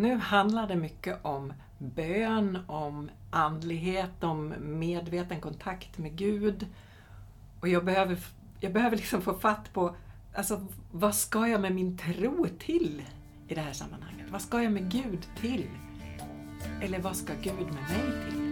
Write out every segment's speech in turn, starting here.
Nu handlar det mycket om bön, om andlighet, om medveten kontakt med Gud. Och jag behöver liksom få fatt på, alltså, vad ska jag med min tro till i det här sammanhanget? Vad ska jag med Gud till? Eller vad ska Gud med mig till?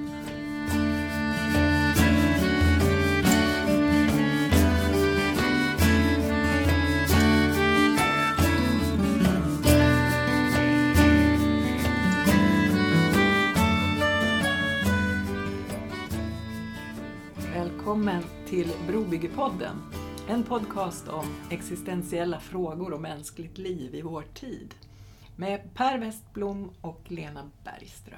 Välkommen till Brobyggepodden, en podcast om existentiella frågor och mänskligt liv i vår tid. Med Per Westblom och Lena Bergström.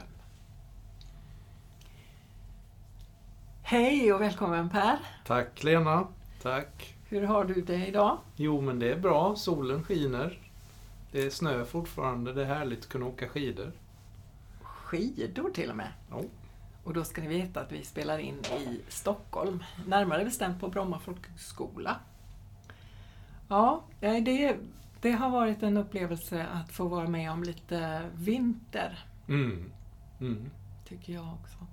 Hej och välkommen Per. Tack Lena, tack. Hur har du det idag? Jo men det är bra, solen skiner. Det är snö fortfarande, det är härligt att kunna åka skidor. Skidor till och med? Ja. Och då ska ni veta att vi spelar in i Stockholm, närmare bestämt på Bromma folkhögskola. Ja, det har varit en upplevelse att få vara med om lite vinter. Tycker jag också.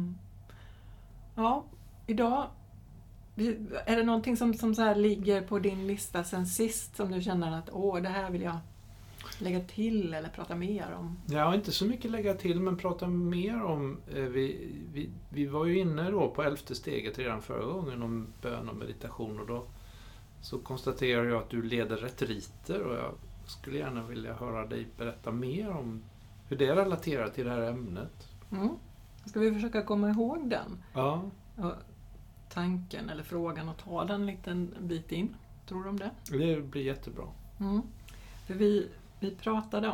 Ja, idag är det någonting som så här ligger på din lista sen sist som du känner att det här vill jag lägga till eller prata mer om? Ja, inte så mycket lägga till men prata mer om. Vi var ju inne då på 11:e steget redan förra gången om bön och meditation och då så konstaterar jag att du leder retriter och jag skulle gärna vilja höra dig berätta mer om hur det relaterar till det här ämnet. Ska vi försöka komma ihåg den? Ja. Tanken eller frågan och ta den en liten bit in. Tror du om det? Det blir jättebra. För vi pratade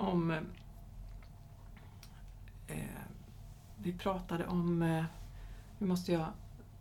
om nu måste jag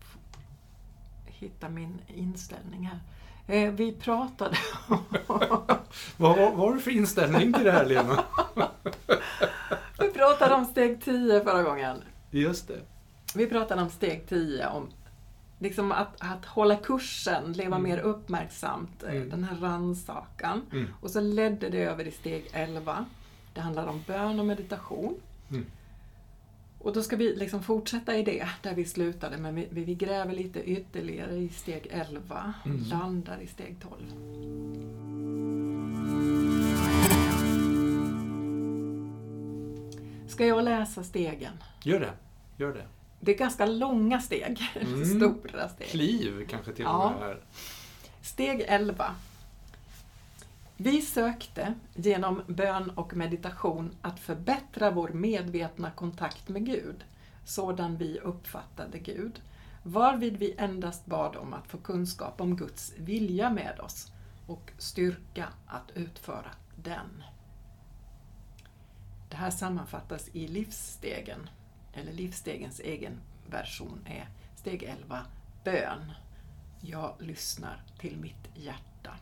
hitta min inställning här. Vi pratade om Vad var det för inställning till det här, Lena? Vi pratade om steg 10 förra gången. Just det. Vi pratade om steg 10 om liksom att hålla kursen, leva mer uppmärksamt, den här rannsakan. Och så ledde det över i steg 11. Det handlar om bön och meditation. Och då ska vi liksom fortsätta i det där vi slutade, men vi gräver lite ytterligare i steg 11 och landar i steg 12. Ska jag läsa stegen? Gör det. Det är ganska långa steg, stora steg. Kliv kanske till och med här. Steg 11. Vi sökte genom bön och meditation att förbättra vår medvetna kontakt med Gud, sådan vi uppfattade Gud, varvid vi endast bad om att få kunskap om Guds vilja med oss och styrka att utföra den. Det här sammanfattas i livsstegen, eller livsstegens egen version är steg 11, bön. Jag lyssnar till mitt hjärta.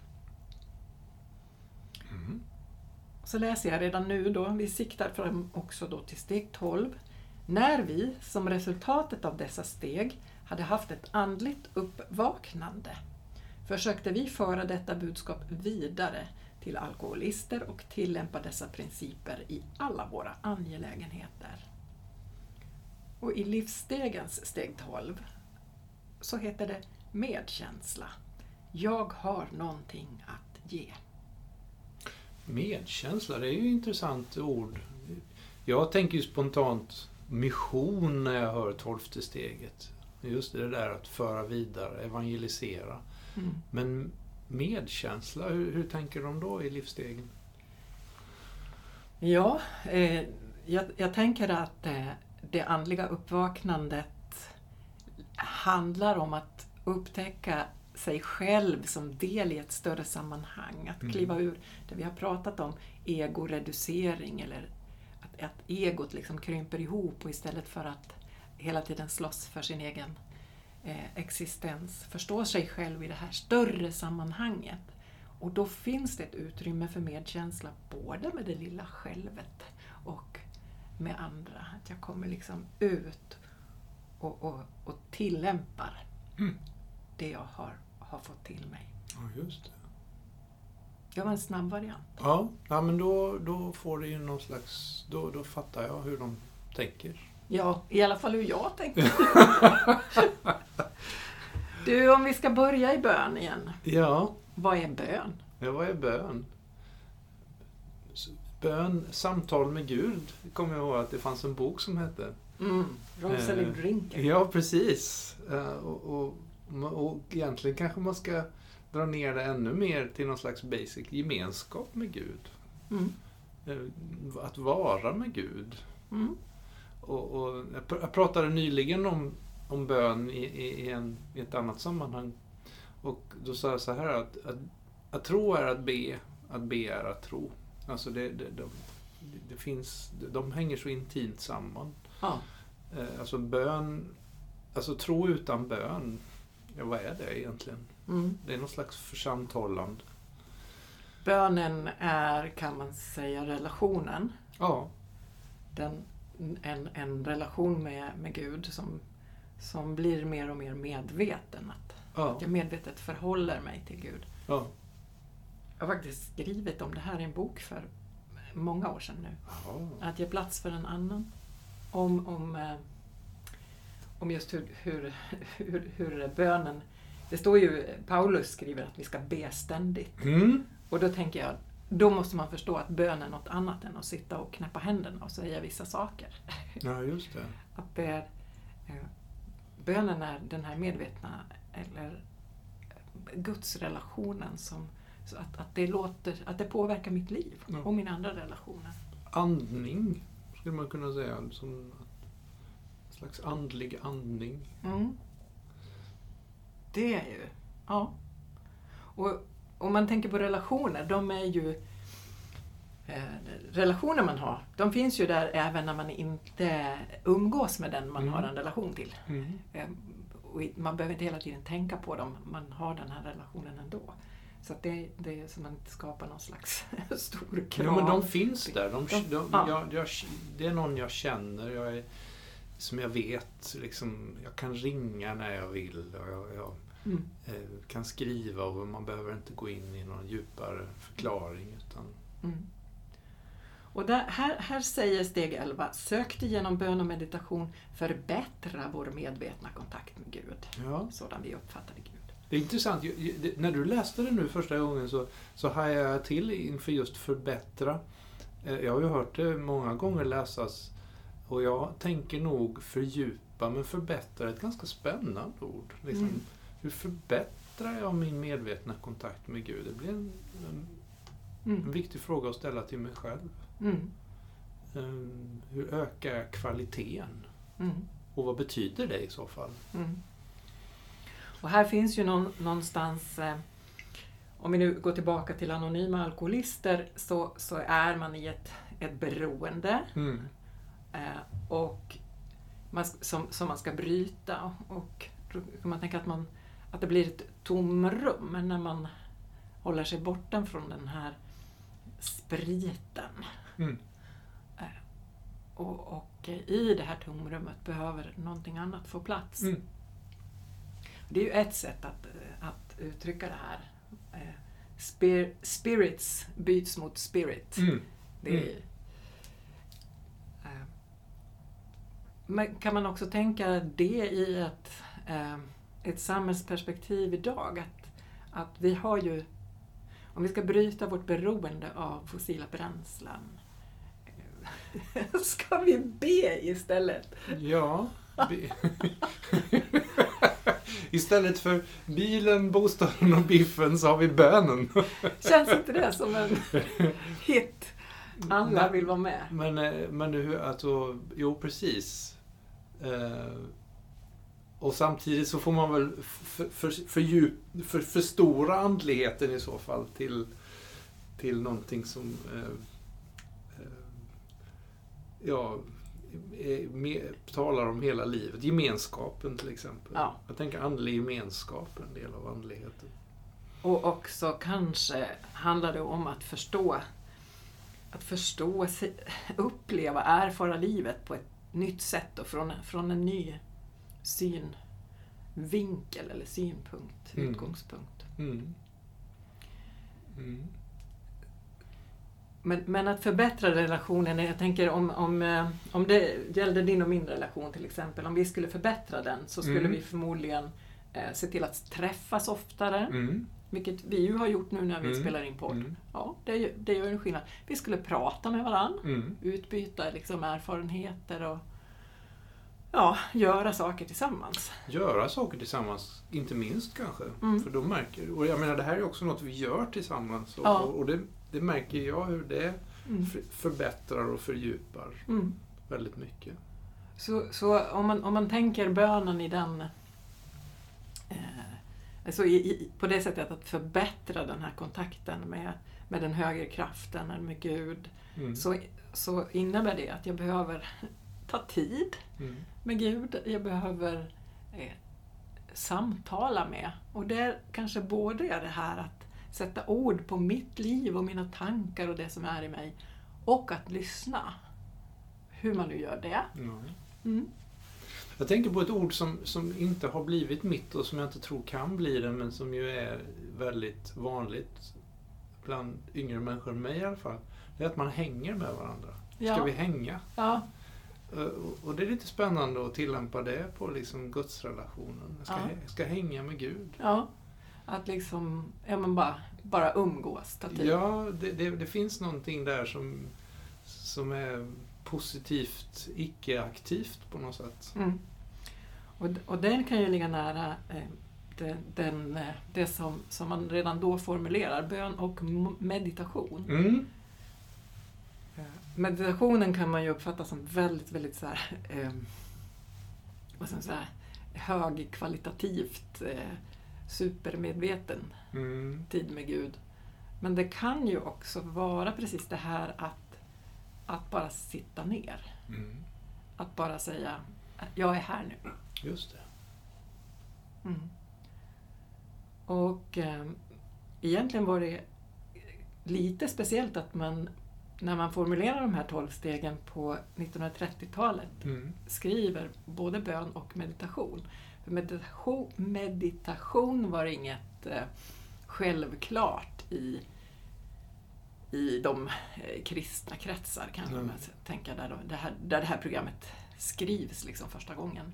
Så läser jag redan nu då, vi siktar fram också då till steg 12. När vi som resultatet av dessa steg hade haft ett andligt uppvaknande försökte vi föra detta budskap vidare till alkoholister och tillämpa dessa principer i alla våra angelägenheter. Och i livsstegens steg 12 så heter det medkänsla. Jag har någonting att ge. Medkänsla, det är ju ett intressant ord. Jag tänker ju spontant mission när jag hör 12:e steget. Just det där att föra vidare, evangelisera. Men medkänsla, hur tänker de då i livsstegen? Ja, jag tänker att det andliga uppvaknandet handlar om att upptäcka sig själv som del i ett större sammanhang. Att kliva ur det vi har pratat om, egoreducering eller att egot liksom krymper ihop och istället för att hela tiden slåss för sin egen existens, förstå sig själv i det här större sammanhanget. Och då finns det ett utrymme för medkänsla både med det lilla självet och med andra. Att jag kommer liksom ut och tillämpar det jag har fått till mig. Ja, just det. Det var en snabb variant. Ja, men då får det ju någon slags... Då fattar jag hur de tänker. Ja, i alla fall hur jag tänker. Du, om vi ska börja i bön igen. Ja. Vad är bön? Ja, vad är bön? Bön, samtal med Gud. Kommer jag ihåg att det fanns en bok som hette. Rosalind Rinker. Ja, precis. Och egentligen kanske man ska dra ner det ännu mer till någon slags basic gemenskap med Gud. Att vara med Gud. Och jag pratade nyligen om bön i ett annat sammanhang. Och då sa jag så här att tro är att be är att tro. Alltså det finns, de hänger så intimt samman. Ja. Alltså bön, alltså tro utan bön, ja, vad är det egentligen? Det är någon slags församthållande. Bönen är, kan man säga, relationen. Ja. En relation med Gud som blir mer och mer medveten. Att jag medvetet förhåller mig till Gud. Ja. Jag har faktiskt skrivit om det här i en bok för många år sedan nu. Att ge plats för en annan. Om just hur bönen... Det står ju, Paulus skriver att vi ska be ständigt. Och då tänker jag, då måste man förstå att bön är något annat än att sitta och knäppa händerna och säga vissa saker. Ja, just det. Att det är, bönen är den här medvetna eller gudsrelationen som så att det påverkar mitt liv och mina andra relationer. Andning skulle man kunna säga, som en slags andlig andning. Det är ju, ja. Och om man tänker på relationer, de är ju relationer man har, de finns ju där även när man inte umgås med den man har en relation till. Och man behöver inte hela tiden tänka på dem, man har den här relationen ändå. Så att det är som att man inte skapar någon slags stor krav. Ja, men de finns där. Det är någon jag känner, som jag vet, liksom, jag kan ringa när jag vill och jag kan skriva och man behöver inte gå in i någon djupare förklaring. Utan... Och här säger steg 11, sök dig genom bön och meditation förbättra vår medvetna kontakt med Gud. Ja. Sådan vi uppfattade Gud. Det är intressant, när du läste det nu första gången så hajade jag till inför just förbättra. Jag har ju hört det många gånger läsas och jag tänker nog fördjupa, men förbättra är ett ganska spännande ord. Liksom, hur förbättrar jag min medvetna kontakt med Gud? Det blir en viktig fråga att ställa till mig själv. Hur ökar jag kvaliteten? Och vad betyder det i så fall? Och här finns ju någonstans, om vi nu går tillbaka till anonyma alkoholister, så är man i ett beroende och som man ska bryta. Och då kan man tänka att det blir ett tomrum när man håller sig borta från den här spriten. Och i det här tomrummet behöver någonting annat få plats. Det är ju ett sätt att uttrycka det här. Spirits byts mot spirit. Det är, men kan man också tänka det i ett samhällsperspektiv idag? Att vi har ju, om vi ska bryta vårt beroende av fossila bränslen, ska vi be istället? Ja, istället för bilen, bostaden och biffen så har vi bönen. Känns inte det som en hit? Alla vill vara med. Men hur, alltså, jo precis. Och samtidigt så får man väl förstora andligheten i så fall till någonting som talar om hela livet. Gemenskapen till exempel. Ja. Jag tänker andlig gemenskap, en del av andligheten. Och också kanske handlar det om att förstå, uppleva, erfara livet på ett nytt sätt och från en ny synvinkel eller synpunkt, utgångspunkt. Men att förbättra relationen, jag tänker om det gällde din och min relation till exempel, om vi skulle förbättra den så skulle vi förmodligen se till att träffas oftare. Vilket vi ju har gjort nu när vi spelar in podd. Ja, det gör en skillnad. Vi skulle prata med varandra, utbyta liksom erfarenheter och göra saker tillsammans. Göra saker tillsammans, inte minst kanske. För då märker, och jag menar det här är också något vi gör tillsammans. Och det märker jag hur det förbättrar och fördjupar väldigt mycket. Så om man tänker bönen i den... Alltså på det sättet att förbättra den här kontakten med den högre kraften, med Gud, så innebär det att jag behöver ta tid med Gud. Jag behöver samtala med. Och det kanske både är det här att sätta ord på mitt liv och mina tankar och det som är i mig. Och att lyssna. Hur man nu gör det. Jag tänker på ett ord som inte har blivit mitt och som jag inte tror kan bli det, men som ju är väldigt vanligt bland yngre människor, mig i alla fall. Det är att man hänger med varandra. Ska vi hänga? Ja. Och det är lite spännande att tillämpa det på liksom gudsrelationen. Jag ska hänga med Gud. Ja, att liksom bara umgås, ta tid. Ja, det finns någonting där som är positivt, icke-aktivt på något sätt. Och den kan ju ligga nära det som man redan då formulerar, bön och meditation. Meditationen kan man ju uppfatta som väldigt, väldigt så här, vad ska man säga, högkvalitativt, supermedveten tid med Gud. Men det kan ju också vara precis det här att bara sitta ner. Att bara säga, jag är här nu. Just det. Och egentligen var det lite speciellt att när man formulerar de här 12 stegen på 1930-talet skriver både bön och meditation. För meditation var inget självklart i de kristna kretsar, kan man tänka, där det här programmet skrivs liksom första gången.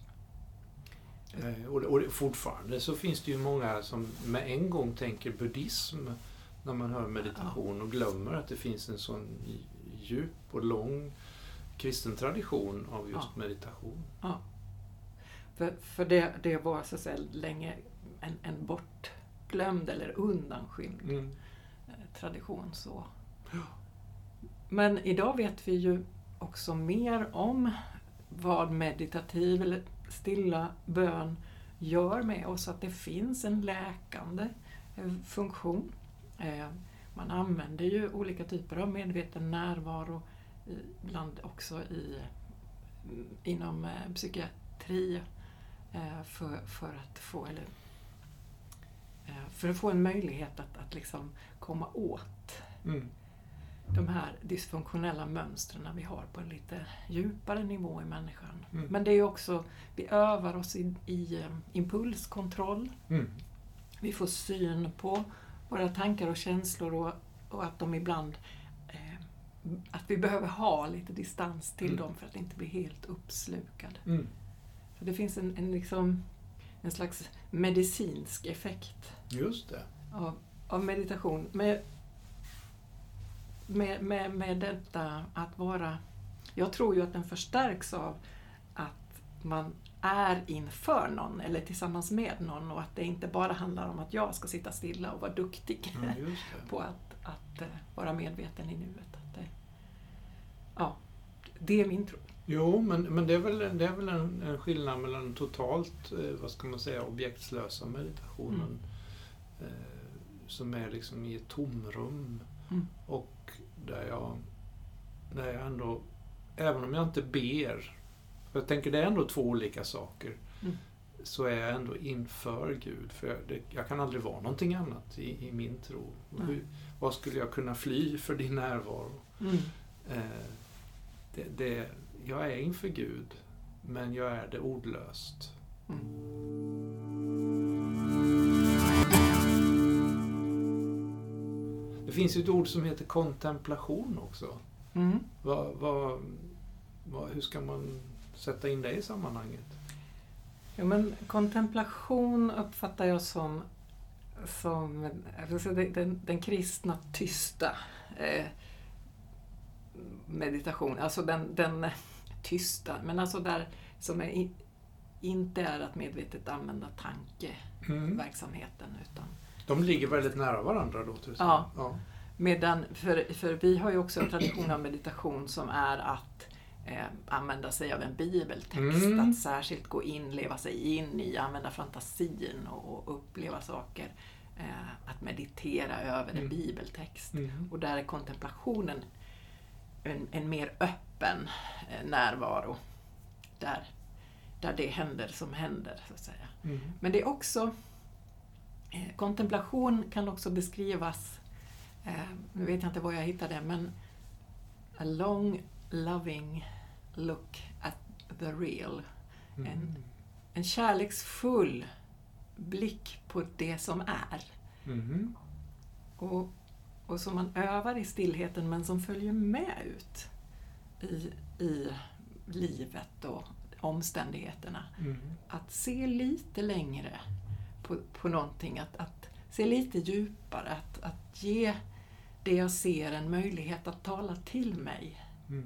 Och fortfarande så finns det ju många som med en gång tänker buddhism när man hör meditation och glömmer att det finns en sån djup och lång kristen tradition av just meditation. Ja. För det var så att säga länge en bortglömd eller undanskymd tradition. Så. Men idag vet vi ju också mer om vad meditativ eller stilla bön gör med oss, att det finns en läkande funktion. Man använder ju olika typer av medveten närvaro, ibland också inom psykiatri, för att få en möjlighet att liksom komma åt de här dysfunktionella mönstren vi har på en lite djupare nivå i människan. Men det är ju också, vi övar oss i impulskontroll. Vi får syn på våra tankar och känslor och att de ibland att vi behöver ha lite distans till dem för att inte bli helt uppslukad. Så det finns en slags medicinsk effekt. Just det. Av meditation. Med detta att vara... Jag tror ju att den förstärks av att man är inför någon eller tillsammans med någon, och att det inte bara handlar om att jag ska sitta stilla och vara duktig på att vara medveten i nuet. Det är min tro. Jo, men det är väl en skillnad mellan totalt, vad ska man säga, objektslösa meditationen som är liksom i ett tomrum och där jag ändå, även om jag inte ber, för jag tänker det är ändå två olika saker, så är jag ändå inför Gud, för jag kan aldrig vara någonting annat i min tro. Vad skulle jag kunna fly för din närvaro? Jag är inför Gud, men jag är det ordlöst. Det finns ju ett ord som heter kontemplation också. Mm. Hur ska man sätta in det i sammanhanget? Jo, men kontemplation uppfattar jag som den kristna tysta meditation. Alltså den tysta, men alltså där som inte är att medvetet använda tankeverksamheten. Utan, de ligger väldigt nära varandra då? Ja. Medan, för vi har ju också en tradition av meditation som är att använda sig av en bibeltext, att särskilt gå in, leva sig in i, använda fantasin och uppleva saker, att meditera över en bibeltext. Och där är kontemplationen en mer öppen närvaro, där det händer som händer, så att säga. Men det är också, kontemplation kan också beskrivas, nu vet jag inte var jag hittade det, men a long loving look at the real. En kärleksfull blick på det som är. Och som man övar i stillheten, men som följer med ut i livet och omständigheterna. Att se lite längre på någonting, att se lite djupare, att ge det jag ser en möjlighet att tala till mig.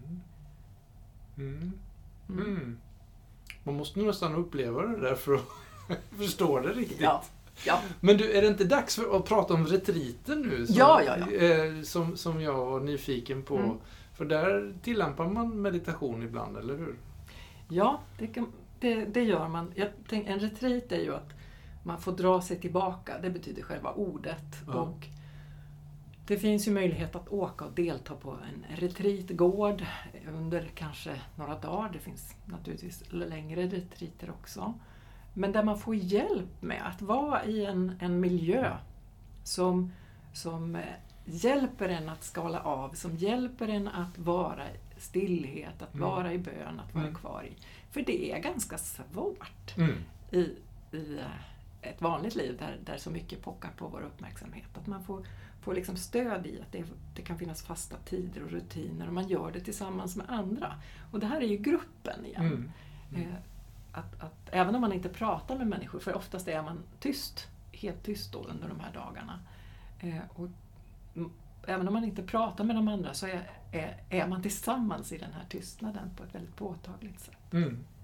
Man måste nog nästan uppleva det där för att förstå det riktigt. Ja. Men du, är det inte dags för att prata om retriten nu? Som jag var nyfiken på. För där tillämpar man meditation ibland, eller hur? Ja, det gör man. En retreat är ju att man får dra sig tillbaka. Det betyder själva ordet. Ja. Och det finns ju möjlighet att åka och delta på en retreatgård under kanske några dagar. Det finns naturligtvis längre retreater också. Men där man får hjälp med att vara i en miljö som hjälper en att skala av, som hjälper en att vara i stillhet, att vara i bön, att vara kvar i. För det är ganska svårt i ett vanligt liv där så mycket pockar på vår uppmärksamhet. Att man får liksom stöd i att det kan finnas fasta tider och rutiner, och man gör det tillsammans med andra. Och det här är ju gruppen igen. Att även om man inte pratar med människor, för oftast är man helt tyst då under de här dagarna. Och även om man inte pratar med de andra, så är man tillsammans i den här tystnaden på ett väldigt påtagligt sätt.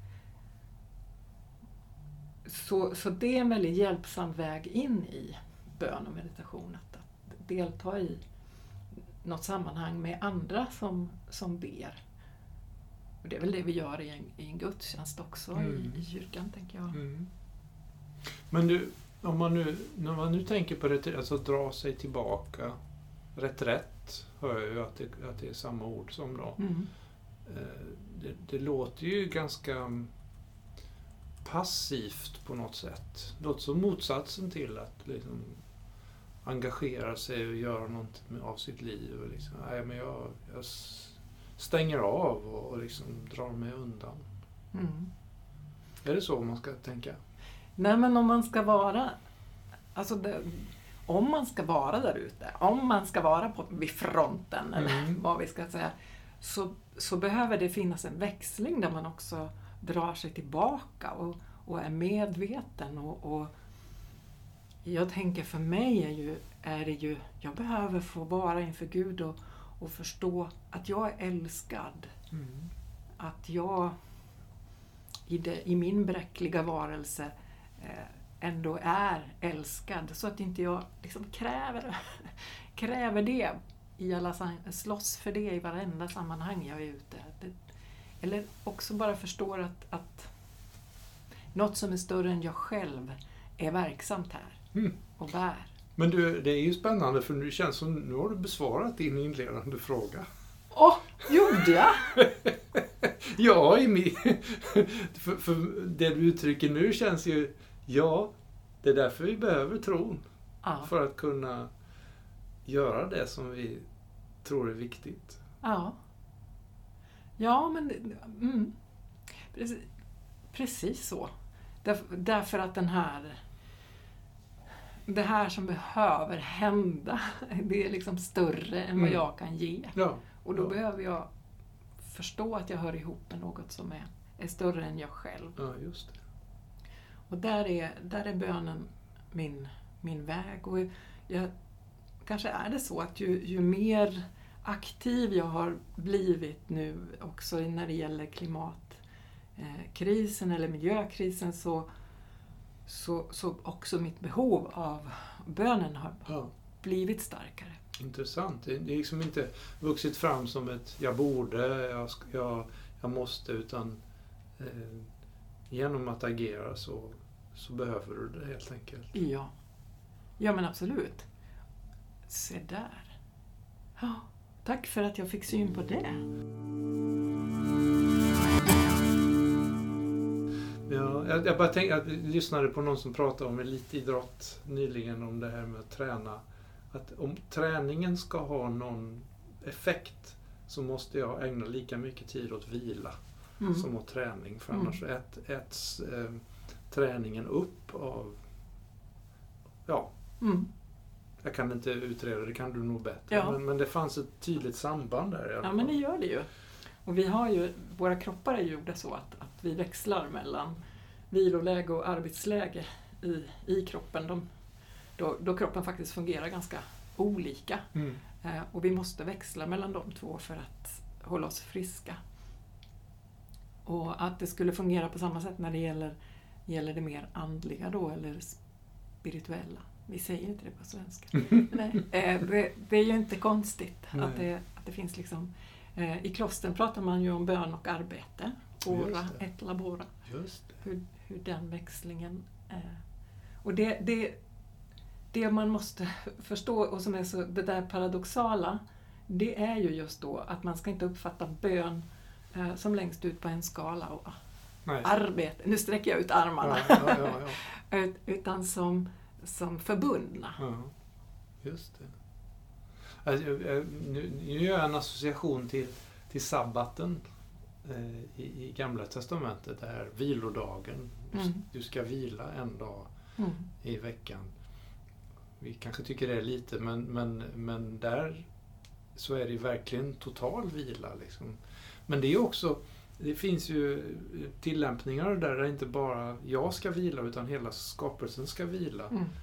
Så det är en väldigt hjälpsam väg in i bön och meditation, att delta i något sammanhang med andra som ber. Och det är väl det vi gör i en gudstjänst också i kyrkan, tänker jag. Men du, när man nu tänker på det, alltså dra sig tillbaka, reträtt, hör jag ju att det är samma ord som då. Det låter ju ganska passivt på något sätt. Det låter som motsatsen till att liksom engagera sig och göra något av sitt liv. Och liksom, men jag stänger av och liksom drar mig undan. Är det så man ska tänka? Nej, men om man ska vara där ute, om man ska vara vid fronten, eller vad vi ska säga, så behöver det finnas en växling där man också drar sig tillbaka och är medveten. Och jag tänker, för mig är det ju jag behöver få vara inför Gud och förstå att jag är älskad. Att jag i min bräckliga varelse ändå är älskad. Så att inte jag liksom kräver det i alla slåss för det i varenda sammanhang jag är ute. Eller också bara förstår att något som är större än jag själv är verksamt här och bär. Men du, det är ju spännande, för det känns som nu har du besvarat din inledande fråga. Gjorde jag? Ja, för det du uttrycker nu känns ju, det är därför vi behöver tron. Ja. För att kunna göra det som vi tror är viktigt. Ja, men precis så. Därför att den här det här som behöver hända, det är liksom större än vad jag kan ge. Ja. Och då behöver jag förstå att jag hör ihop med något som är större än jag själv. Ja, just det. Och där är bönen min väg. Och kanske är det så att ju mer aktiv jag har blivit nu också när det gäller klimatkrisen eller miljökrisen, så också mitt behov av bönen har blivit starkare. Intressant. Det är liksom inte vuxit fram som ett jag borde, jag måste, utan genom att agera så behöver du det helt enkelt. Ja men absolut. Se där. Ja, tack för att jag fick syn på det. Ja, jag bara tänkte, jag lyssnade på någon som pratade om elitidrott nyligen, om det här med att träna. Att om träningen ska ha någon effekt så måste jag ägna lika mycket tid åt vila som åt träning. För annars äts träningen upp av... Ja, jag kan inte utreda, det kan du nog bättre. Ja. Men det fanns ett tydligt samband där i alla fall. Ja, men det gör det ju. Och vi har ju, våra kroppar är gjorda så att vi växlar mellan viloläge och arbetsläge i kroppen. Då kroppen faktiskt fungerar ganska olika. Och vi måste växla mellan de två för att hålla oss friska. Och att det skulle fungera på samma sätt när det gäller det mer andliga då, eller spirituella. Vi säger inte det på svenska. Nej, det är ju inte konstigt att det finns liksom... I klostren pratar man ju om bön och arbete. Ora et labora. Just det. Hur den växlingen är. Och det man måste förstå, och som är så det där paradoxala, det är ju just då att man ska inte uppfatta bön som längst ut på en skala och arbete. Nu sträcker jag ut armarna. Ja. Utan som förbundna. Ja, just det. Alltså, nu gör jag en association till sabbaten i Gamla testamentet, det här vilodagen. Du ska vila en dag i veckan. Vi kanske tycker det är lite, men där så är det verkligen total vila. Liksom. Men det är också, det finns ju tillämpningar där inte bara jag ska vila utan hela skapelsen ska vila.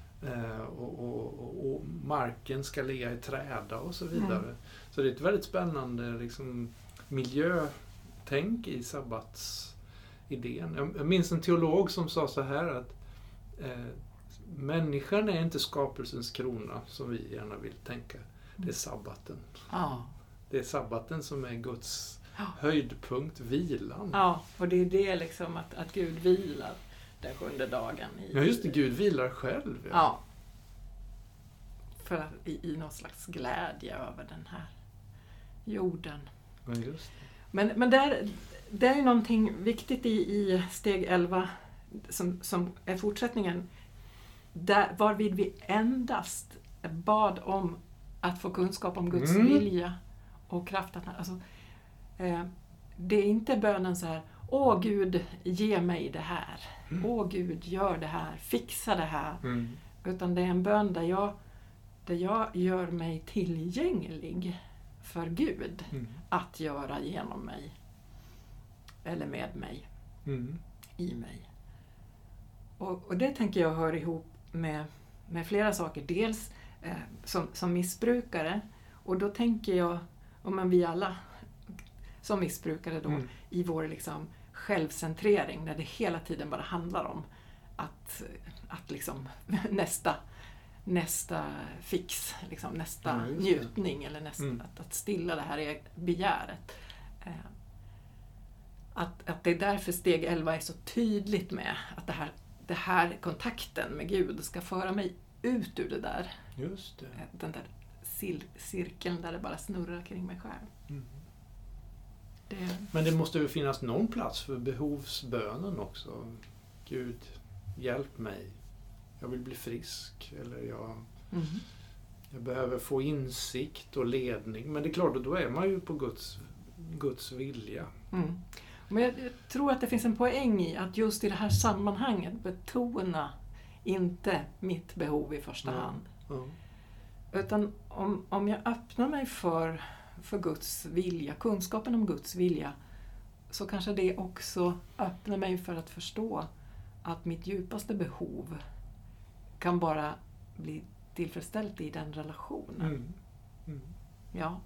Och marken ska ligga i träda och så vidare. Så det är ett väldigt spännande liksom, miljötänk i sabbatsidén. Jag minns en teolog som sa så här att människan är inte skapelsens krona som vi gärna vill tänka. Det är sabbaten. Det är sabbaten som är Guds höjdpunkt, vilan. Ja, och det är det liksom att Gud vilar den 7:e dagen. Ja, just det. Gud vilar själv. Ja. För att i någon slags glädje över den här jorden. Ja, just det. Men det är ju någonting viktigt i steg 11 som är fortsättningen. Varvid vi endast bad om att få kunskap om Guds vilja och kraft. Alltså, det är inte bönen så här: åh Gud, ge mig det här. Åh Gud, gör det här. Fixa det här. Utan det är en bön där jag gör mig tillgänglig för Gud att göra genom mig. Eller med mig. I mig. Och det tänker jag hör ihop med flera saker. Dels som missbrukare. Och då tänker jag, men vi alla som missbrukare då, i vår liksom självcentrering, när det hela tiden bara handlar om att liksom nästa fix, liksom nästa njutning eller att stilla det här begäret. Att det är därför steg 11 är så tydligt med att det här kontakten med Gud ska föra mig ut ur det där. Just det. Den där cirkeln där det bara snurrar kring mig själv. Men det måste ju finnas någon plats för behovsbönen också. Gud, hjälp mig. Jag vill bli frisk. Eller jag behöver få insikt och ledning. Men det är klart, då är man ju på Guds vilja. Men jag tror att det finns en poäng i att just i det här sammanhanget betona inte mitt behov i första hand. Ja. Utan om jag öppnar mig för Guds vilja, kunskapen om Guds vilja, så kanske det också öppnar mig för att förstå att mitt djupaste behov kan bara bli tillfredsställt i den relationen. Ja.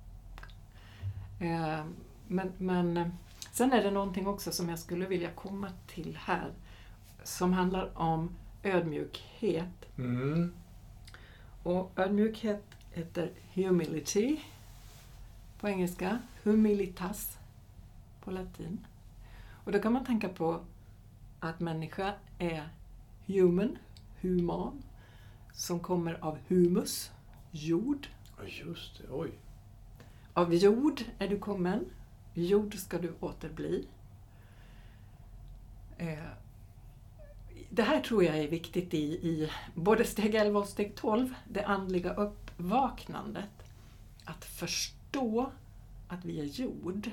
Men sen är det någonting också som jag skulle vilja komma till här, som handlar om ödmjukhet. Och ödmjukhet heter humility på engelska, humilitas på latin. Och då kan man tänka på att människa är human, som kommer av humus, jord. Ja, just det. Oj. Av jord är du kommen, jord ska du återbli. Det här tror jag är viktigt i både steg 11 och steg 12, det andliga uppvaknandet. Att förstå att vi är jord.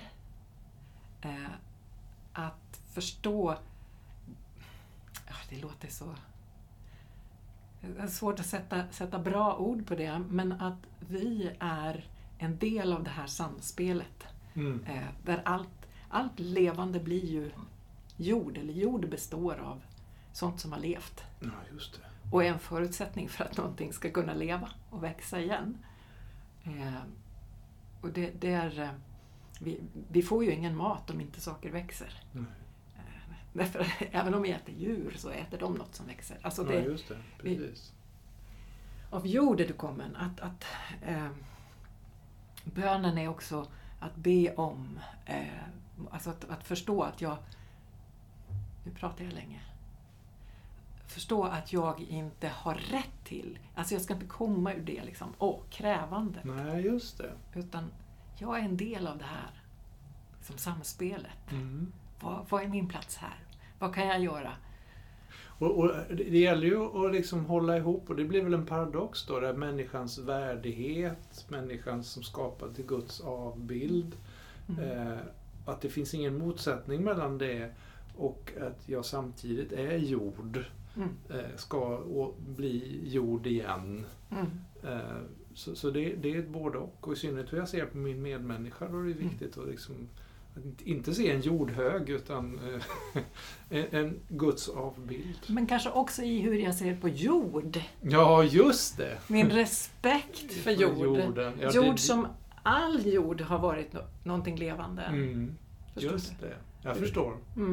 Att förstå, det låter så det är svårt att sätta bra ord på det, men att vi är en del av det här samspelet. Där allt levande blir ju jord, eller jord består av sånt som har levt. Ja, just det. Och är en förutsättning för att någonting ska kunna leva och växa igen. Och det är, vi får ju ingen mat om inte saker växer. Därför, även om vi äter djur så äter de något som växer. Alltså ja, just det. Precis. Av jord är du kommen. Bönen är också att be om, alltså att förstå att nu pratar jag länge. Förstå att jag inte har rätt till, alltså jag ska inte komma ur det liksom, krävande. Nej, just det. Utan jag är en del av det här, som samspelet. Vad är min plats här? Vad kan jag göra? Och det gäller ju att liksom hålla ihop, och det blir väl en paradox då, där människans värdighet, människan som skapad till Guds avbild, att det finns ingen motsättning mellan det och att jag samtidigt är jord, ska bli jord igen. Så det är ett både och i synnerhet hur jag ser på min medmänniska, då är det viktigt att liksom inte se en jordhög utan en Guds avbild. Men kanske också i hur jag ser på jord. Ja, just det. Min respekt för jorden. Ja, jord som all jord har varit någonting levande. Just det. Jag förstår.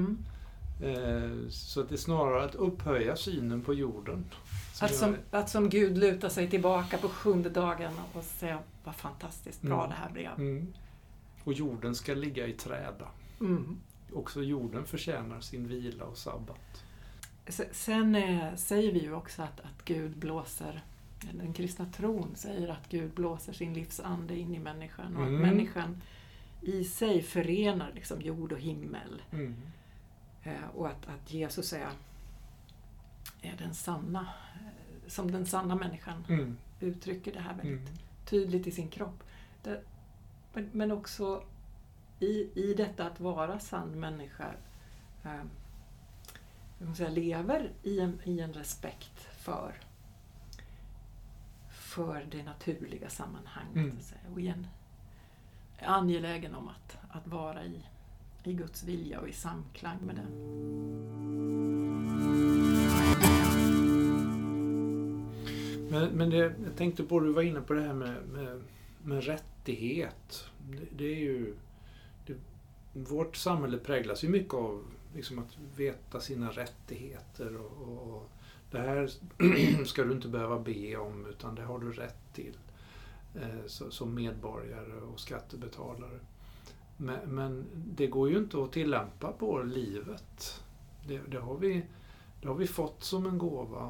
Så det är snarare att upphöja synen på jorden. Att som Gud lutar sig tillbaka på 7:e dagen och säga vad fantastiskt bra det här blev. Och jorden ska ligga i träda. Också jorden förtjänar sin vila och sabbat. Sen säger vi ju också att Gud blåser, den kristna tron säger att Gud blåser sin livsande in i människan. Och att människan i sig förenar liksom jord och himmel. Och att Jesus är den sanna, som den sanna människan uttrycker det här väldigt tydligt i sin kropp. Men också i detta att vara sann människa lever i en respekt för det naturliga sammanhanget. Och är angelägen om att vara i Guds vilja och i samklang med den. Men jag tänkte på, du var inne på det här med rättighet. Det är ju vårt samhälle präglas ju mycket av liksom att veta sina rättigheter och det här ska du inte behöva be om, utan det har du rätt till som medborgare och skattebetalare. Men det går ju inte att tillämpa på livet. Det har vi fått som en gåva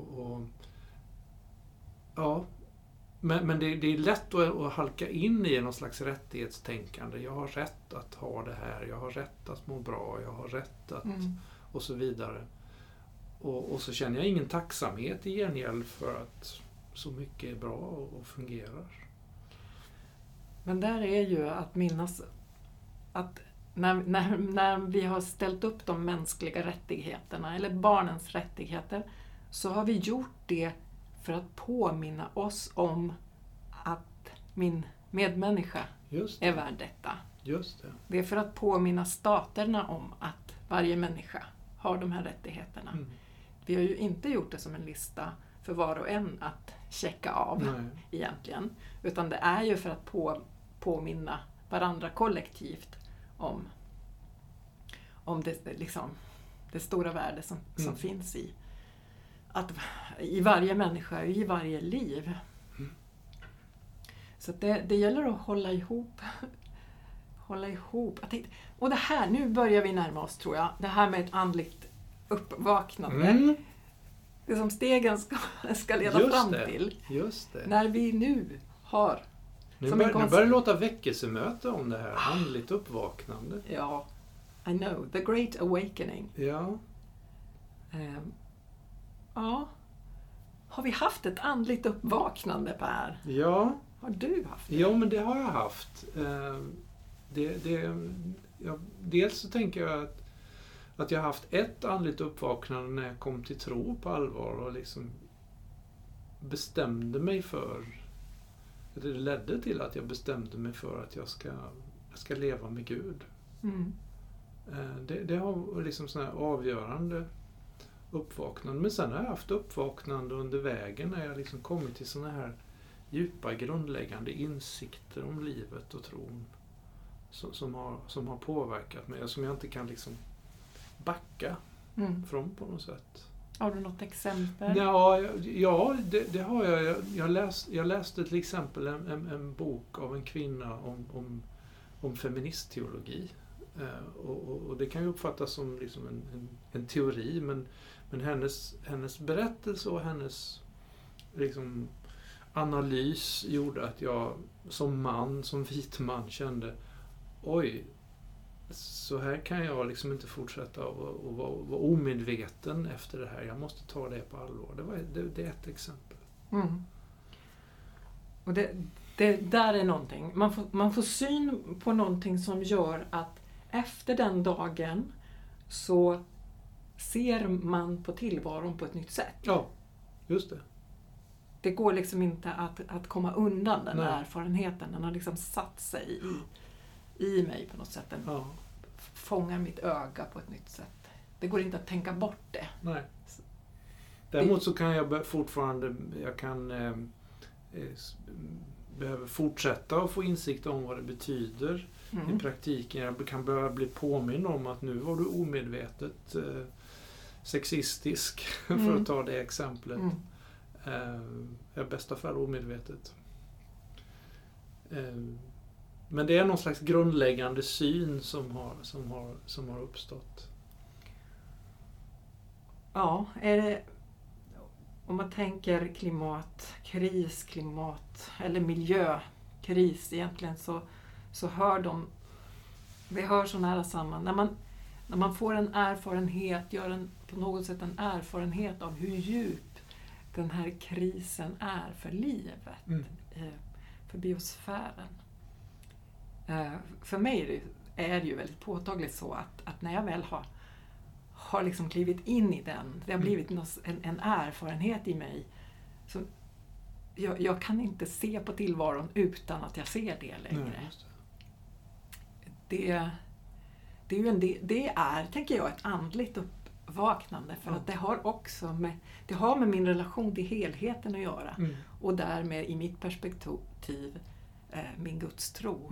ja. Men det är lätt att halka in i någon slags rättighetstänkande. Jag har rätt att ha det här, jag har rätt att må bra, jag har rätt att och så vidare. Och så känner jag ingen tacksamhet i gengäld för att så mycket är bra och fungerar. Men där är ju att minnas att när vi har ställt upp de mänskliga rättigheterna eller barnens rättigheter så har vi gjort det för att påminna oss om att min medmänniska Just är det. värd detta. Just det. Det är för att påminna staterna om att varje människa har de här rättigheterna. Mm. Vi har ju inte gjort det som en lista för var och en att checka av Nej. egentligen. Utan det är ju för att påminna varandra kollektivt om det, liksom, det stora värde som finns i varje människa, i varje liv. Mm. Så att det gäller att hålla ihop. Hålla ihop. Och det här, nu börjar vi närma oss, tror jag. Det här med ett andligt uppvaknande. Mm. Det som stegen ska leda Just fram det. till. Just det. När vi nu har... Nu som börjar en det låta väckelsemöte om det här. Andligt uppvaknande. Ja, I know. The Great Awakening. Ja. Ja. Har vi haft ett andligt uppvaknande, Per? Ja. Har du haft det? Ja, men det har jag haft. Dels så tänker jag att jag har haft ett andligt uppvaknande när jag kom till tro på allvar och liksom bestämde mig för, det ledde till att jag bestämde mig för att jag ska leva med Gud. Mm. Det har liksom sådana här avgörande uppvaknande. Men sen har jag haft uppvaknande under vägen när jag liksom kommit till sådana här djupa grundläggande insikter om livet och tron som har påverkat mig och som jag inte kan liksom backa från på något sätt. Har du något exempel? Ja, det har jag. Jag läste till exempel en bok av en kvinna om feministteologi. Och det kan ju uppfattas som liksom en teori, men hennes berättelse och hennes liksom analys gjorde att jag som vit man kände, oj, så här kan jag liksom inte fortsätta och vara omedveten efter det här. Jag måste ta det på allvar. Det är ett exempel. Mm. Och det där är någonting. Man får syn på någonting som gör att efter den dagen så ser man på tillvaron på ett nytt sätt. Ja, just det. Det går liksom inte att komma undan den Nej. erfarenheten. Den har liksom satt sig i mig på något sätt. Den fångar mitt öga på ett nytt sätt. Det går inte att tänka bort det. Nej. Däremot så kan jag fortfarande, behöver fortsätta att få insikt om vad det betyder i praktiken. Jag kan behöva bli påminn om att nu var du omedvetet sexistisk, för att ta det exemplet. I bästa fall omedvetet. Men det är någon slags grundläggande syn som har uppstått. Ja, om man tänker klimatkris, eller miljökris egentligen, så hör det hör så nära samman. När man får en erfarenhet, på något sätt en erfarenhet av hur djup den här krisen är för livet, för biosfären. För mig är det ju väldigt påtagligt så att när jag väl har liksom klivit in i den, det har blivit en erfarenhet i mig. Så jag kan inte se på tillvaron utan att jag ser det längre. Nej, just Det är, tänker jag, ett andligt uppvaknande, för att det har med min relation till helheten att göra. Och därmed, i mitt perspektiv, min Guds tro.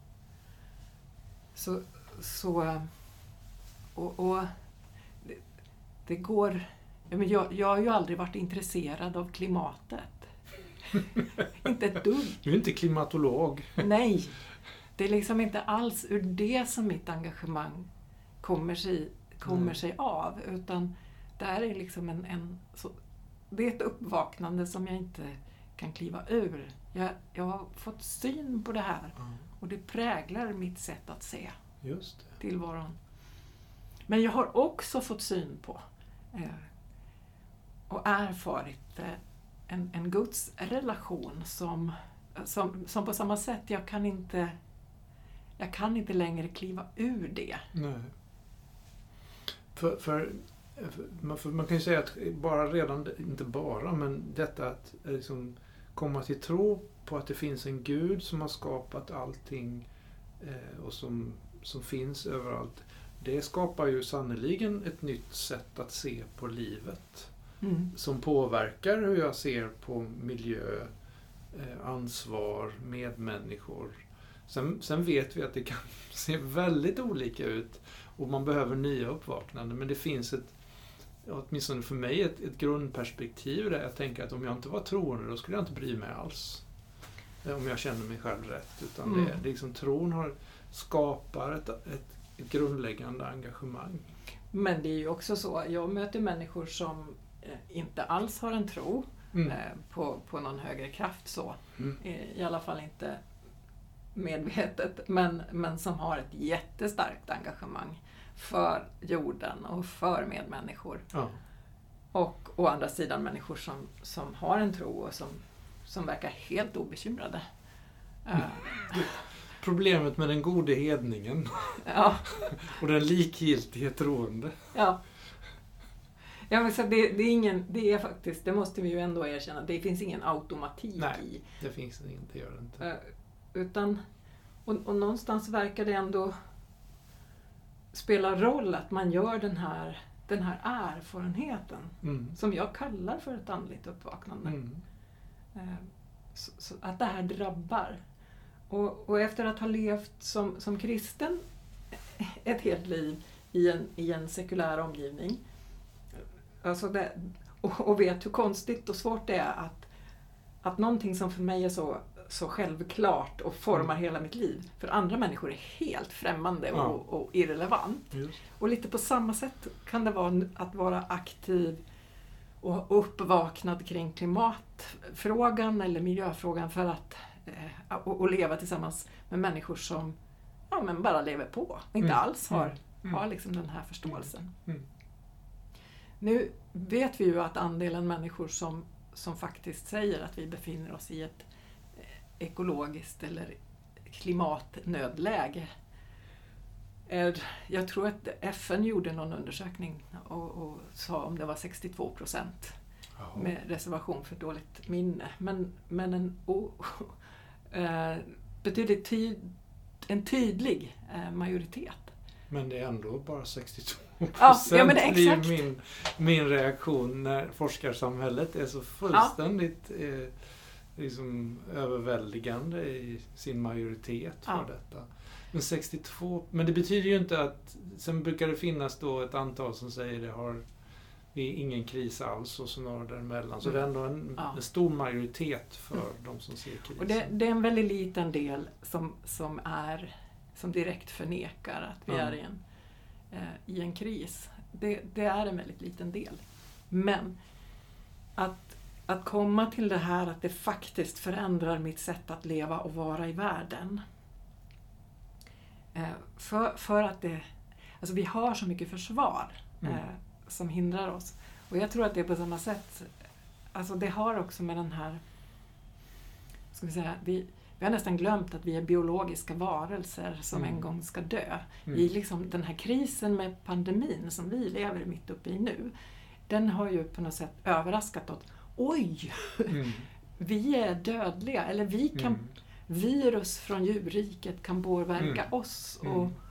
Och det går... Jag har ju aldrig varit intresserad av klimatet. Inte ett dugg. Du är inte klimatolog. Nej, det är liksom inte alls ur det som mitt engagemang kommer sig av. Utan det här är liksom det är ett uppvaknande som jag inte kan kliva ur. Jag har fått syn på det här. Och det präglar mitt sätt att se tillvaron. Men jag har också fått syn på och erfarit en Guds relation som på samma sätt jag kan inte längre kliva ur det. Nej. För Man kan ju säga att inte bara, men detta att liksom komma till tro på att det finns en Gud som har skapat allting och som finns överallt. Det skapar ju sannoliken ett nytt sätt att se på livet. Som påverkar hur jag ser på miljö, ansvar, medmänniskor. Sen vet vi att det kan se väldigt olika ut och man behöver nya uppvaknanden. Men det finns åtminstone för mig ett grundperspektiv där jag tänker att om jag inte var troende då skulle jag inte bry mig alls. Om jag känner mig själv rätt. Utan det liksom, tron skapar ett grundläggande engagemang. Men det är ju också så, jag möter människor som inte alls har en tro på någon högre kraft så. I alla fall inte medvetet, men som har ett jättestarkt engagemang för jorden och för medmänniskor. Ja. Och å andra sidan människor som har en tro och som verkar helt obekymrade. Problemet med den gode hedningen och den likgiltige troende. Ja. Ja, men så det är faktiskt, det måste vi ju ändå erkänna, det finns ingen automatik i. Nej, det finns det inte, det gör det inte. Utan, och någonstans verkar det ändå spela roll att man gör den här erfarenheten som jag kallar för ett andligt uppvaknande. Så att det här drabbar. Och efter att ha levt som kristen ett helt liv i en sekulär omgivning, alltså och vet hur konstigt och svårt det är att någonting som för mig är så självklart och formar hela mitt liv, för andra människor är helt främmande och irrelevant. Just. Och lite på samma sätt kan det vara att vara aktiv och uppvaknad kring klimatfrågan eller miljöfrågan för att och leva tillsammans med människor som men bara lever på och inte alls har liksom den här förståelsen. Nu vet vi ju att andelen människor som faktiskt säger att vi befinner oss i ett ekologiskt eller klimatnödläge. Jag tror att FN gjorde någon undersökning och sa om det var 62% med reservation för dåligt minne. Men en betydligt en tydlig majoritet. Men det är ändå bara 62%. Ja, men det är exakt. Det är min reaktion när forskarsamhället är så fullständigt liksom överväldigande i sin majoritet för detta. Men 62, men det betyder ju inte att, sen brukar det finnas då ett antal som säger det är ingen kris alls och snarare däremellan. Så det är ändå en stor majoritet för de som ser krisen. Och det är en väldigt liten del som direkt förnekar att vi är i en kris. Det är en väldigt liten del. Men att komma till det här att det faktiskt förändrar mitt sätt att leva och vara i världen. För att alltså vi har så mycket försvar som hindrar oss. Och jag tror att det är på samma sätt, alltså det har också med den här, ska vi säga, vi har nästan glömt att vi är biologiska varelser som en gång ska dö. I liksom den här krisen med pandemin som vi lever mitt uppe i nu, den har ju på något sätt överraskat oss. Oj! Vi är dödliga, eller vi kan virus från djurriket kan påverka oss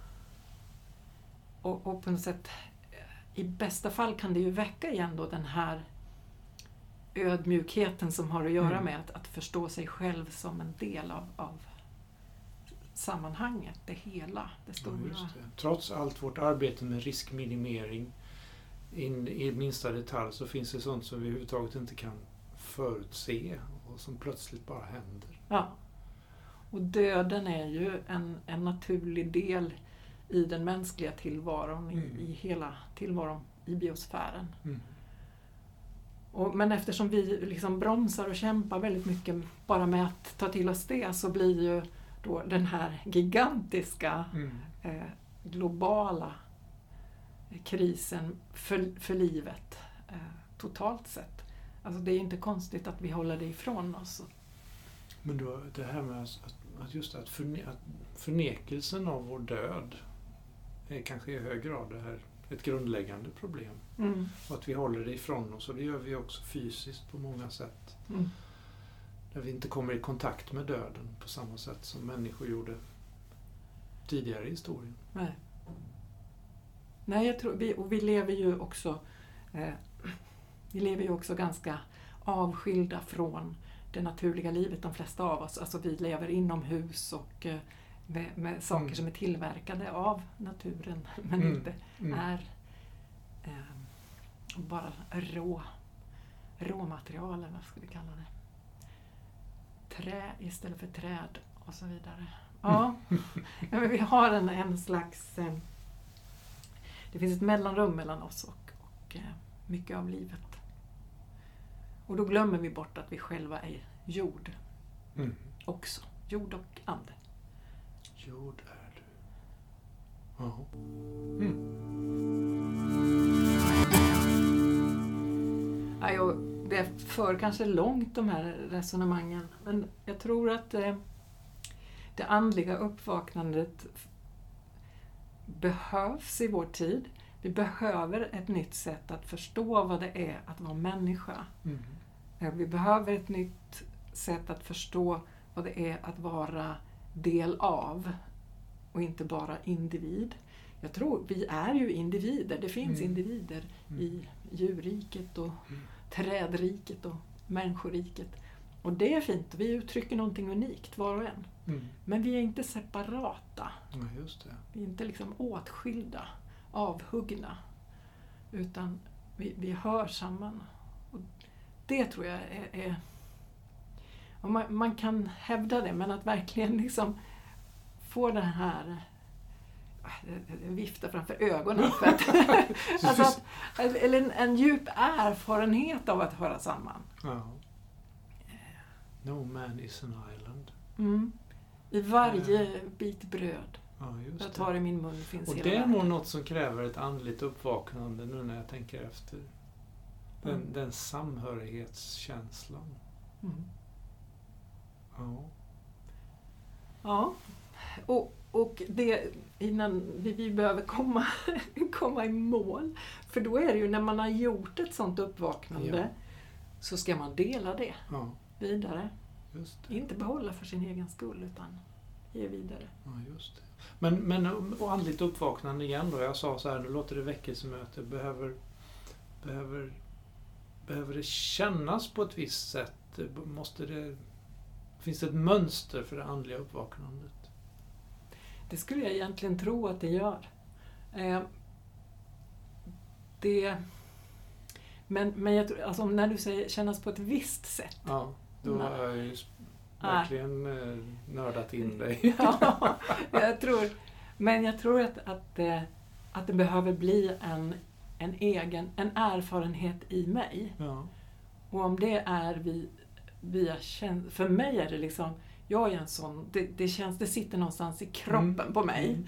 och på något sätt i bästa fall kan det ju väcka igen då den här ödmjukheten som har att göra med att förstå sig själv som en del av sammanhanget, det hela, det stora. Ja, just det. Trots allt vårt arbete med riskminimering i minsta detalj så finns det sånt som vi överhuvudtaget inte kan förutse och som plötsligt bara händer. Ja. Och döden är ju en naturlig del i den mänskliga tillvaron, i hela tillvaron i biosfären. Men eftersom vi liksom bromsar och kämpar väldigt mycket bara med att ta till oss det, så blir ju då den här gigantiska globala krisen för livet totalt sett. Alltså det är inte konstigt att vi håller det ifrån oss. Men då, det här med att förnekelsen av vår död är kanske i hög grad det här ett grundläggande problem. Och att vi håller det ifrån oss, och det gör vi också fysiskt på många sätt. Där vi inte kommer i kontakt med döden på samma sätt som människor gjorde tidigare i historien. Nej, jag tror vi lever ju också ganska avskilda från det naturliga livet, de flesta av oss. Alltså vi lever inomhus och med saker som är tillverkade av naturen, men inte är bara råmaterial, eller vad ska vi kalla det? Trä istället för träd och så vidare. Ja, men vi har en slags... Det finns ett mellanrum mellan oss och mycket av livet. Och då glömmer vi bort att vi själva är jord också. Jord och ande. Jord är du. Ja. Det för kanske långt, de här resonemangen. Men jag tror att det andliga uppvaknandet behövs i vår tid. Vi behöver ett nytt sätt att förstå vad det är att vara människa. Vi behöver ett nytt sätt att förstå vad det är att vara del av och inte bara individ. Jag tror vi är ju individer. Det finns individer i djurriket och trädriket och människoriket. Och det är fint. Vi uttrycker någonting unikt var och en. Men vi är inte separata. Ja, just det. Vi är inte liksom åtskilda, avhuggna. Utan vi hör samman. Och det tror jag är och man kan hävda det, men att verkligen liksom få det här vifta framför ögonen. För att, eller en djup erfarenhet av att höra samman. Ja. No man is an island. I varje bit bröd. Ja, just jag tar i min mun finns och hela det är världen. nog något som kräver ett andligt uppvaknande nu när jag tänker efter. Den samhörighetskänslan. Ja. Ja. Och det innan vi behöver komma i mål. För då är det ju när man har gjort ett sånt uppvaknande så ska man dela det vidare. Just det. Inte behålla för sin egen skull utan ge vidare. Ja, just det. Men och andligt uppvaknande igen då. Jag sa så här, nu låter det väckelsemöte. Behöver det kännas på ett visst sätt? Finns det ett mönster för det andliga uppvaknandet? Det skulle jag egentligen tro att det gör. Men jag tror, alltså när du säger kännas på ett visst sätt. Ja, då har jag ju verkligen nördat in dig. Ja, jag tror att det behöver bli en erfarenhet i mig. Ja. Och om det är via för mig är det liksom, jag är en sån, det sitter någonstans i kroppen på mig.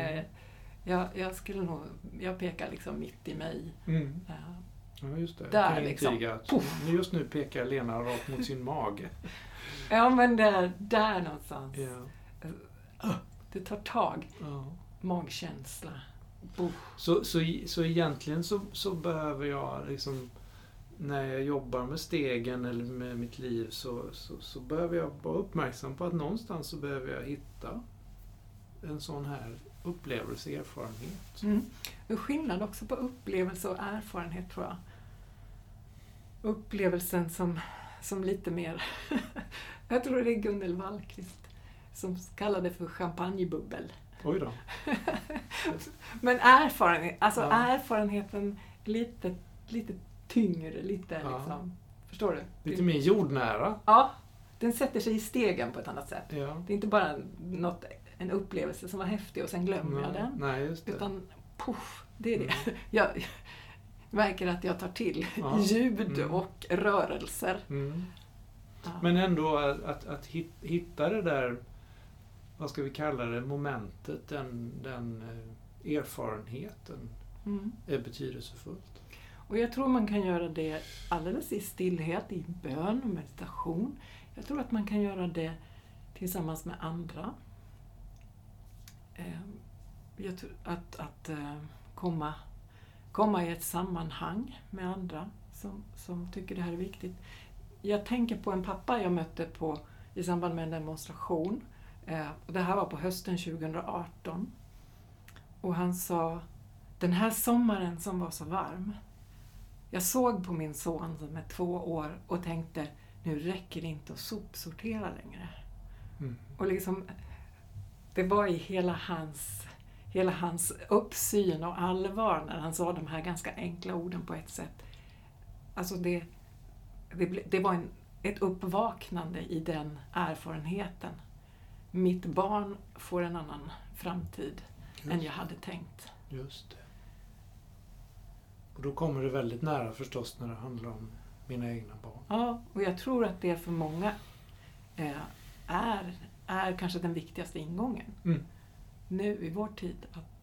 Jag pekar liksom mitt i mig. Ja, just det. Där jag kan liksom. Intyga att just nu pekar Lena rakt mot sin mage. Ja, men där någonstans. Ja. Det tar tag. Ja. Magkänsla. Så egentligen så behöver jag liksom, när jag jobbar med stegen eller med mitt liv så behöver jag vara uppmärksam på att någonstans så behöver jag hitta en sån här upplevelse, erfarenhet. En skillnad också på upplevelse och erfarenhet tror jag. Upplevelsen som lite mer jag tror det är Gunnel Wallqvist som kallade det för champagnebubbel. Oj då. Men erfarenheten lite tyngre, lite liksom, förstår du? Lite mer jordnära. Ja, den sätter sig i stegen på ett annat sätt. Ja. Det är inte bara en upplevelse som var häftig och sen glömmer jag den. Nej, just det. Utan, det är det. Jag märker att jag tar till ljud och rörelser. Ja. Men ändå att hitta det där, vad ska vi kalla det, momentet, den erfarenheten är betydelsefullt. Och jag tror man kan göra det alldeles i stillhet, i bön och meditation. Jag tror att man kan göra det tillsammans med andra. Jag tror att komma komma i ett sammanhang med andra som tycker det här är viktigt. Jag tänker på en pappa jag mötte i samband med en demonstration. Och det här var på hösten 2018. Och han sa, den här sommaren som var så varm. Jag såg på min son som är 2 år och tänkte, nu räcker det inte att sopsortera längre. Mm. Och liksom, det var i hela hans uppsyn och allvar när han sa de här ganska enkla orden på ett sätt. Alltså det var ett uppvaknande i den erfarenheten. Mitt barn får en annan framtid än jag hade tänkt. Just det. Och då kommer det väldigt nära förstås när det handlar om mina egna barn. Ja, och jag tror att det för många är kanske den viktigaste ingången. Mm. Nu i vår tid.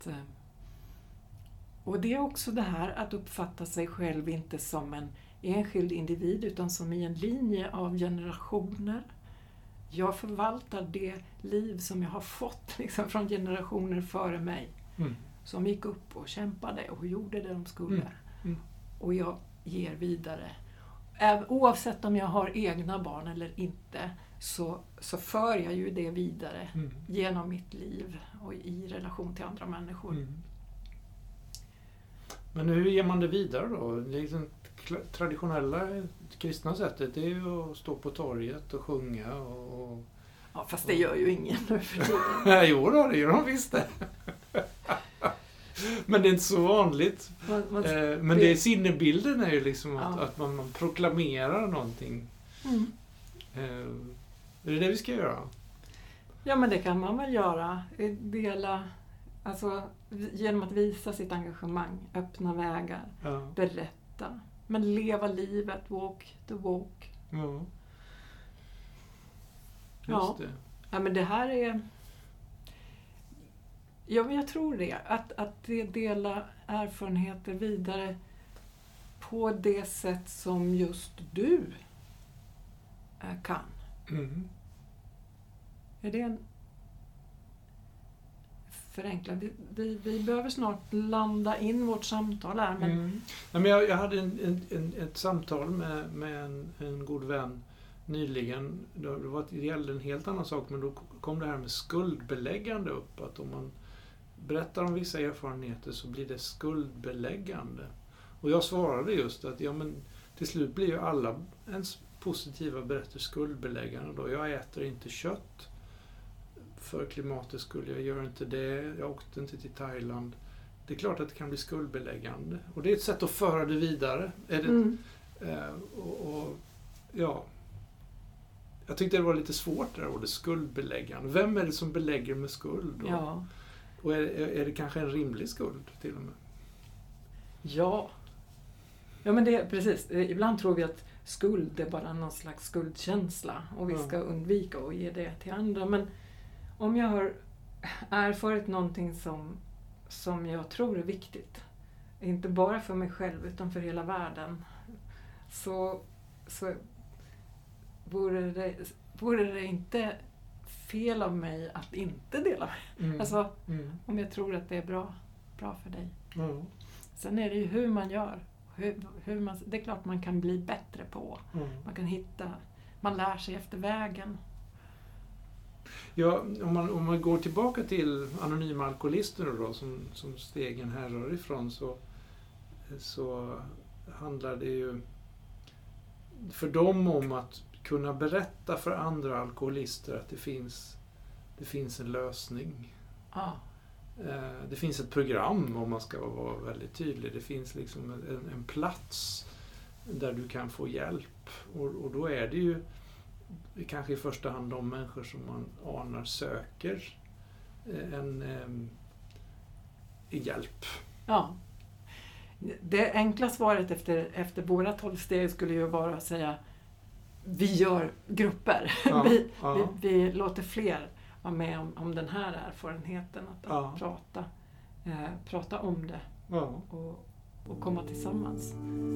Och det är också det här att uppfatta sig själv inte som en enskild individ utan som i en linje av generationer. Jag förvaltar det liv som jag har fått liksom, från generationer före mig. Mm. Som gick upp och kämpade och gjorde det de skulle. Mm. Mm. Och jag ger vidare. Oavsett om jag har egna barn eller inte så för jag ju det vidare genom mitt liv och i relation till andra människor. Mm. Men hur ger man det vidare då? Liksom, traditionella kristna sättet är ju att stå på torget och sjunga och... Ja, fast det gör ju ingen nu för tiden. Jo då, det gör de visst det. Men det är inte så vanligt. Men det sinnebilden är ju liksom att man proklamerar någonting. Mm. Är det vi ska göra? Ja, men det kan man väl göra. Genom att visa sitt engagemang, öppna vägar, berätta. Men leva livet, walk the walk. Ja. Just det. Ja, men det här är... Ja, men jag tror det. Att dela erfarenheter vidare på det sätt som just du kan. Mm. Är det en förenklad? Vi behöver snart landa in vårt samtal här. Men... Ja, men jag hade ett samtal med en god vän nyligen. Det gällde en helt annan sak, men då kom det här med skuldbeläggande upp. Att om man berättar om vissa erfarenheter så blir det skuldbeläggande. Och jag svarade just att till slut blir ju alla ens positiva berättelser skuldbeläggande då. Jag äter inte kött för klimatets skull. Jag gör inte det. Jag åkte inte till Thailand. Det är klart att det kan bli skuldbeläggande. Och det är ett sätt att föra det vidare. Jag tyckte det var lite svårt där ordet skuldbeläggande. Vem är det som belägger med skuld? Ja. Och är det kanske en rimlig skuld till och med? Ja. Ja, men det är precis. Ibland tror vi att skuld är bara någon slags skuldkänsla och vi ska undvika att ge det till andra. Men om jag har erfarit någonting som jag tror är viktigt, inte bara för mig själv utan för hela världen, så vore det inte fel av mig att inte dela med. Om jag tror att det är bra för dig. Mm. Sen är det ju hur man gör. Det är klart man kan bli bättre på. Man kan man lär sig efter vägen. Ja, om man går tillbaka till anonyma alkoholister då, som stegen härrör ifrån, så handlar det ju för dem om att kunna berätta för andra alkoholister att det finns en lösning. Det finns ett program, om man ska vara väldigt tydlig. Det finns liksom en plats där du kan få hjälp. Och då är det ju kanske i första hand de människor som man anar söker en hjälp. Ja. Det enkla svaret efter våra 12 steg skulle ju vara att säga vi gör grupper. Vi låter fler vara med om den här erfarenheten. Att prata om det och komma tillsammans.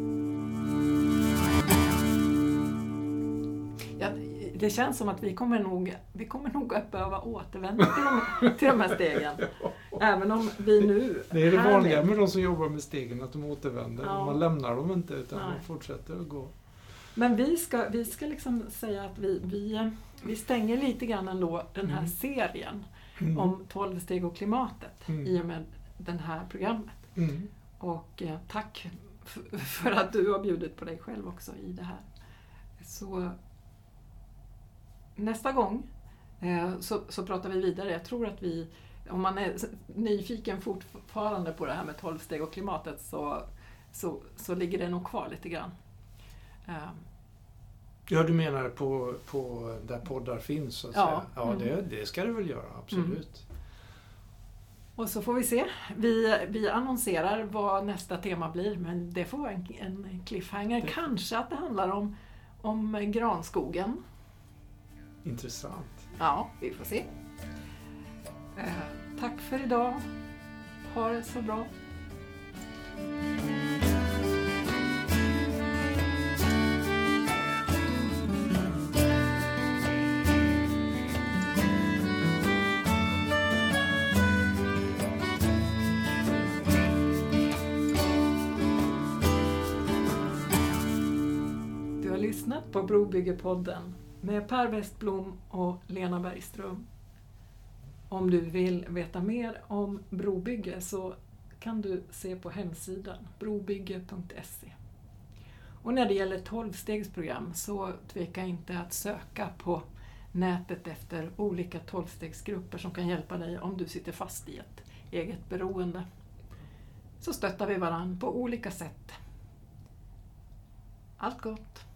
Ja, det känns som att vi kommer nog att behöva återvända till de här stegen. Även om vi nu... Det är det vanliga med de som jobbar med stegen, att de återvänder. Ja. Man lämnar dem inte, utan Nej. de fortsätter att gå. Men vi ska liksom säga att vi stänger lite grann ändå den här serien om 12 steg och klimatet i och med det här programmet. Och tack för att du har bjudit på dig själv också i det här. Så nästa gång så pratar vi vidare. Jag tror att om man är nyfiken fortfarande på det här med 12 steg och klimatet så ligger det nog kvar lite grann. Ja, du menar på där poddar finns så att säga. Ja, det ska det väl göra, absolut. Och så får vi se. Vi annonserar vad nästa tema blir, men det får vara en cliffhanger. Kanske att det handlar om granskogen. Intressant. Ja, vi får se. Tack för idag. Ha det så bra. Du har lyssnat på Brobyggepodden med Per Westblom och Lena Bergström. Om du vill veta mer om brobygge så kan du se på hemsidan brobygge.se. Och när det gäller 12-stegsprogram så tveka inte att söka på nätet efter olika 12-stegsgrupper som kan hjälpa dig om du sitter fast i ett eget beroende. Så stöttar vi varann på olika sätt. Allt gott!